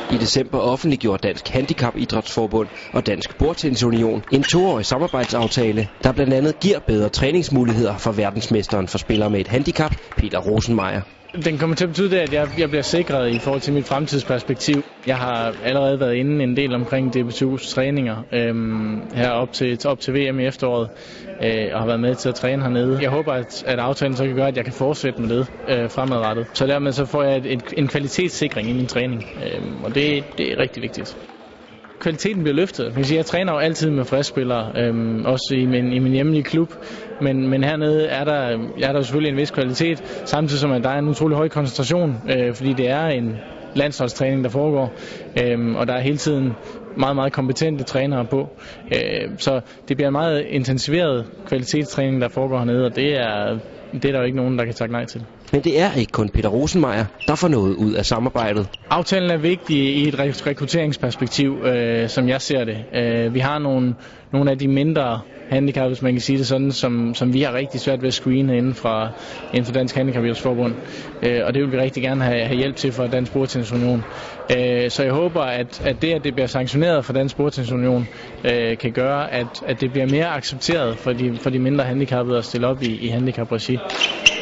I december offentliggjorde Dansk Handicapidrætsforbund og Dansk Bordtennisunion en 2-årig samarbejdsaftale, der blandt andet giver bedre træningsmuligheder for verdensmesteren for spillere med et handicap, Peter Rosenmeier. Den kommer til at betyde, at jeg bliver sikret i forhold til mit fremtidsperspektiv. Jeg har allerede været inde en del omkring DBTU's træninger her op til VM i efteråret og har været med til at træne hernede. Jeg håber, at aftalen så kan gøre, at jeg kan fortsætte med det fremadrettet. Så dermed så får jeg en kvalitetssikring i min træning, og det er rigtig vigtigt. Kvaliteten bliver løftet. Jeg træner jo altid med friskspillere, også i min hjemlige klub, men hernede er der selvfølgelig en vis kvalitet, samtidig som at der er en utrolig høj koncentration, fordi det er en landsholdstræning, der foregår, og der er hele tiden meget, meget kompetente trænere på. Så det bliver en meget intensiveret kvalitetstræning, der foregår hernede, og det er der jo ikke nogen, der kan takke nej til. Men det er ikke kun Peter Rosenmeier, der får noget ud af samarbejdet. Aftalen er vigtig i et rekrutteringsperspektiv, som jeg ser det. Vi har nogle af de mindre handicap, hvis man kan sige det sådan, som vi har rigtig svært ved at screene inden for Dansk Handicapidrætsforbund. Og det vil vi rigtig gerne have hjælp til fra Dansk Bordtennisunion. Så jeg håber, at det bliver sanktioneret fra Dansk Bordtennisunion, kan gøre, at det bliver mere accepteret for de mindre handicappede at stille op i handicapregi.